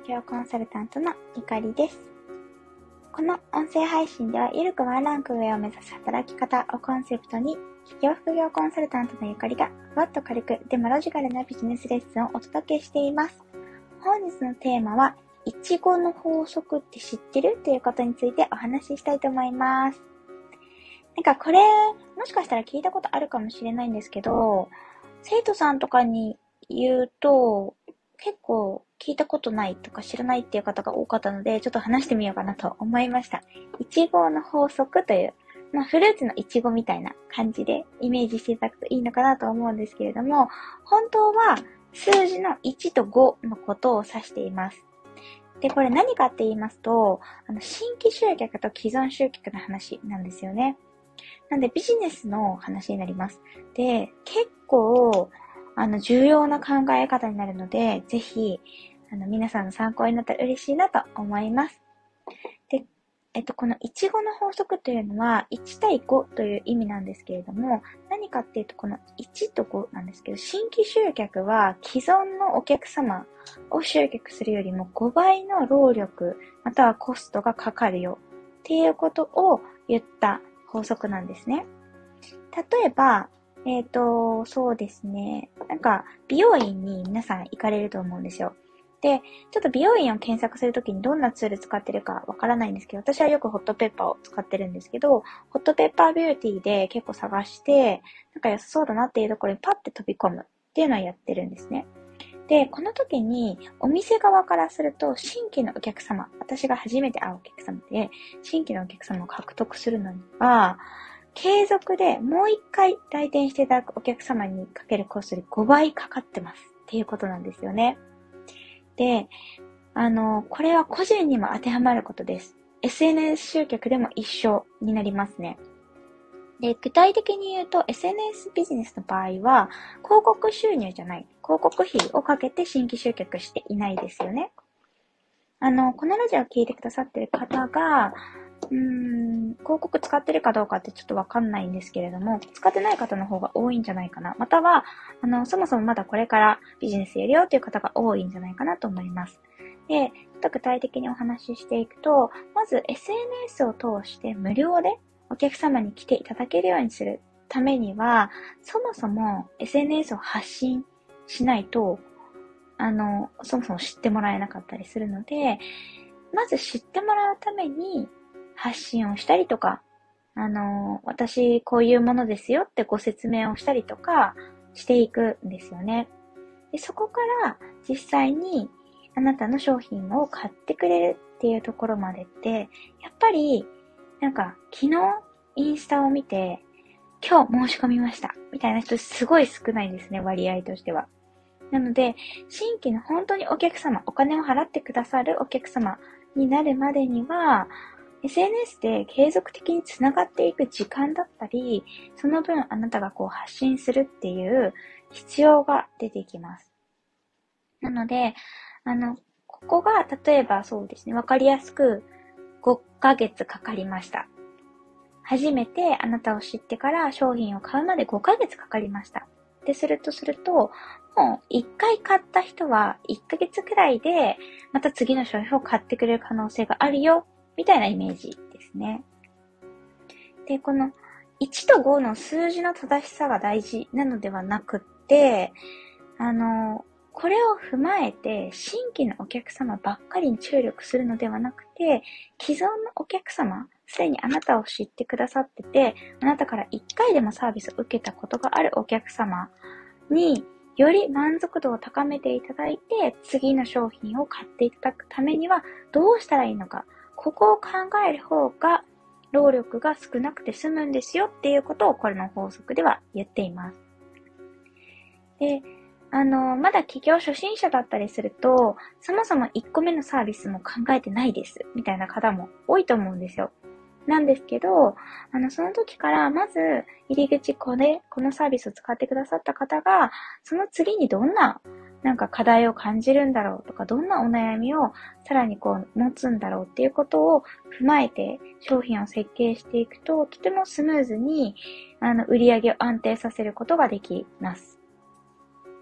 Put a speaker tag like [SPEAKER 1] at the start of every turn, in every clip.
[SPEAKER 1] 業コンサルタントのゆかりです。この音声配信では、ゆるくワンランク上を目指す働き方をコンセプトに、企業副業コンサルタントのゆかりが、ふわっと軽くでもロジカルなビジネスレッスンをお届けしています。本日のテーマは、いちごの法則って知ってるということについてお話ししたいと思います。これ、もしかしたら聞いたことあるかもしれないんですけど、生徒さんとかに言うと、結構聞いたことないとか知らないっていう方が多かったので、ちょっと話してみようかなと思いました。いちごの法則という、フルーツのいちごみたいな感じでイメージしていただくといいのかなと思うんですけれども、本当は数字の1と5のことを指しています。で、これ何かって言いますと、新規集客と既存集客の話なんですよね。なんでビジネスの話になります。で、結構、重要な考え方になるので、ぜひ、皆さんの参考になったら嬉しいなと思います。で、このいちごの法則というのは、1対5という意味なんですけれども、何かっていうと、この1と5なんですけど、新規集客は既存のお客様を集客するよりも5倍の労力、またはコストがかかるよっていうことを言った法則なんですね。例えば、そうですね。美容院に皆さん行かれると思うんですよ。で、ちょっと美容院を検索するときにどんなツール使ってるかわからないんですけど、私はよくホットペッパーを使ってるんですけど、ホットペッパービューティーで結構探して、良さそうだなっていうところにパッて飛び込むっていうのをやってるんですね。で、この時にお店側からすると新規のお客様、私が初めて会うお客様で、新規のお客様を獲得するのには、継続でもう一回来店していただくお客様にかけるコストで5倍かかってますっていうことなんですよね。で、これは個人にも当てはまることです。SNS 集客でも一緒になりますね。で、具体的に言うと SNS ビジネスの場合は広告収入じゃない、広告費をかけて新規集客していないですよね。このラジオを聞いてくださってる方が、広告使ってるかどうかってちょっとわかんないんですけれども、使ってない方の方が多いんじゃないかな。または、そもそもまだこれからビジネスやるよっていう方が多いんじゃないかなと思います。で、ちょっと具体的にお話ししていくと、まず SNS を通して無料でお客様に来ていただけるようにするためには、そもそも SNS を発信しないと、そもそも知ってもらえなかったりするので、まず知ってもらうために発信をしたりとか、私こういうものですよってご説明をしたりとかしていくんですよね。で、そこから実際にあなたの商品を買ってくれるっていうところまでって、やっぱり昨日インスタを見て今日申し込みましたみたいな人すごい少ないですね、割合としては。なので、新規の本当にお客様、お金を払ってくださるお客様になるまでには、SNS で継続的につながっていく時間だったり、その分あなたが発信するっていう必要が出てきます。なので、ここが例えばそうですね、わかりやすく5ヶ月かかりました。初めてあなたを知ってから商品を買うまで5ヶ月かかりました。すると、もう1回買った人は1ヶ月くらいでまた次の商品を買ってくれる可能性があるよ、みたいなイメージですね。で、この1と5の数字の正しさが大事なのではなくって、これを踏まえて新規のお客様ばっかりに注力するのではなくて、既存のお客様、すでにあなたを知ってくださってて、あなたから1回でもサービスを受けたことがあるお客様により満足度を高めていただいて、次の商品を買っていただくためにはどうしたらいいのか、ここを考える方が労力が少なくて済むんですよっていうことをこれの法則では言っています。で、まだ起業初心者だったりすると、そもそも1個目のサービスも考えてないです、みたいな方も多いと思うんですよ。なんですけど、その時からまず入り口このサービスを使ってくださった方が、その次にどんな課題を感じるんだろうとか、どんなお悩みをさらに持つんだろうっていうことを踏まえて商品を設計していくと、とてもスムーズに売り上げを安定させることができます。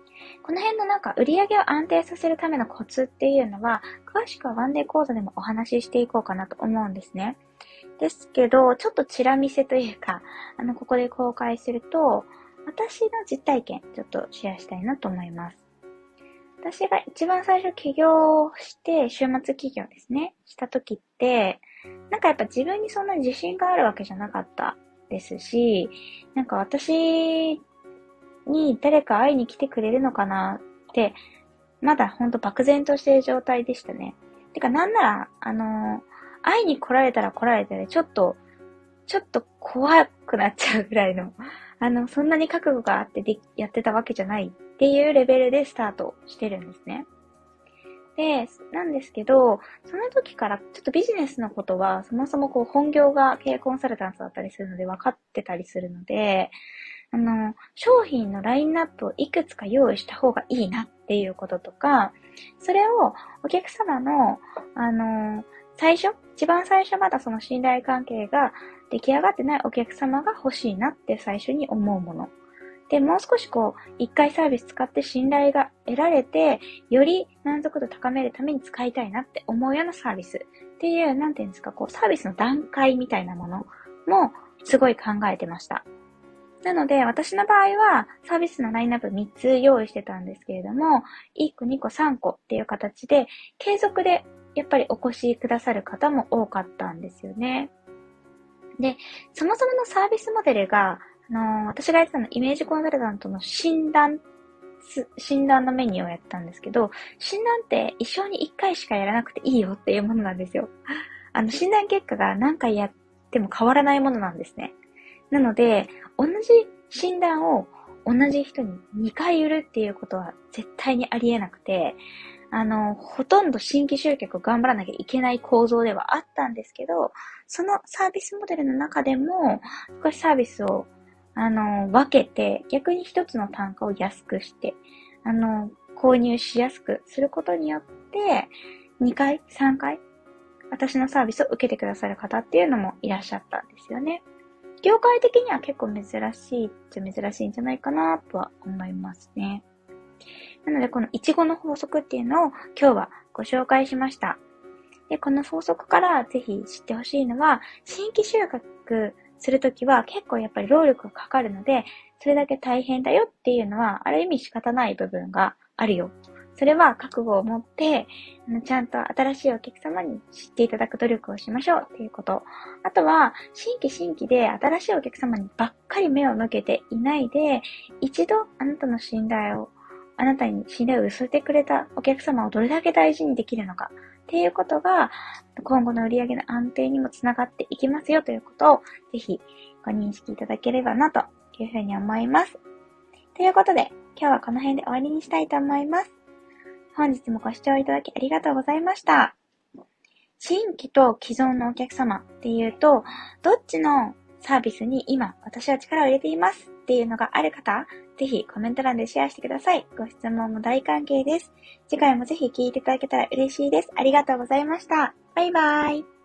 [SPEAKER 1] この辺の売り上げを安定させるためのコツっていうのは、詳しくはワンデー講座でもお話ししていこうかなと思うんですね。ですけど、ちょっとチラ見せというか、ここで公開すると、私の実体験、ちょっとシェアしたいなと思います。私が一番最初起業して、週末起業ですね、した時って、やっぱ自分にそんな自信があるわけじゃなかったですし、私に誰か会いに来てくれるのかなって、まだほんと漠然としている状態でしたね。てかなんなら、会いに来られたら来られたで、ちょっと怖くなっちゃうぐらいの、そんなに覚悟があってやってたわけじゃないっていうレベルでスタートしてるんですね。で、なんですけど、その時からちょっとビジネスのことは、そもそも本業が経営コンサルタントだったりするので分かってたりするので、商品のラインナップをいくつか用意した方がいいなっていうこととか、それをお客様の、一番最初まだその信頼関係が出来上がってないお客様が欲しいなって最初に思うもの。で、もう少し一回サービス使って信頼が得られて、より満足度高めるために使いたいなって思うようなサービスっていう、サービスの段階みたいなものもすごい考えてました。なので、私の場合は、サービスのラインナップ3つ用意してたんですけれども、1個、2個、3個っていう形で、継続でやっぱりお越しくださる方も多かったんですよね。で、そもそものサービスモデルが、私がやってたのイメージコンサルタントの診断のメニューをやったんですけど、診断って一生に1回しかやらなくていいよっていうものなんですよ。診断結果が何回やっても変わらないものなんですね。なので、同じ診断を同じ人に2回売るっていうことは絶対にありえなくて、ほとんど新規集客を頑張らなきゃいけない構造ではあったんですけど、そのサービスモデルの中でも、少しサービスを、分けて、逆に一つの単価を安くして、購入しやすくすることによって、2回、3回、私のサービスを受けてくださる方っていうのもいらっしゃったんですよね。業界的には結構珍しいっちゃ珍しいんじゃないかなとは思いますね。なのでこのイチゴの法則っていうのを今日はご紹介しました。で、この法則からぜひ知ってほしいのは、新規収穫するときは結構やっぱり労力がかかるので、それだけ大変だよっていうのはある意味仕方ない部分があるよ。それは覚悟を持って、ちゃんと新しいお客様に知っていただく努力をしましょうっていうこと。あとは、新規で新しいお客様にばっかり目を向けていないで、一度あなたに信頼を寄せてくれたお客様をどれだけ大事にできるのかっていうことが、今後の売上の安定にもつながっていきますよということを、ぜひご認識いただければなというふうに思います。ということで、今日はこの辺で終わりにしたいと思います。本日もご視聴いただきありがとうございました。新規と既存のお客様っていうと、どっちのサービスに今私は力を入れていますっていうのがある方、ぜひコメント欄でシェアしてください。ご質問も大歓迎です。次回もぜひ聞いていただけたら嬉しいです。ありがとうございました。バイバイ。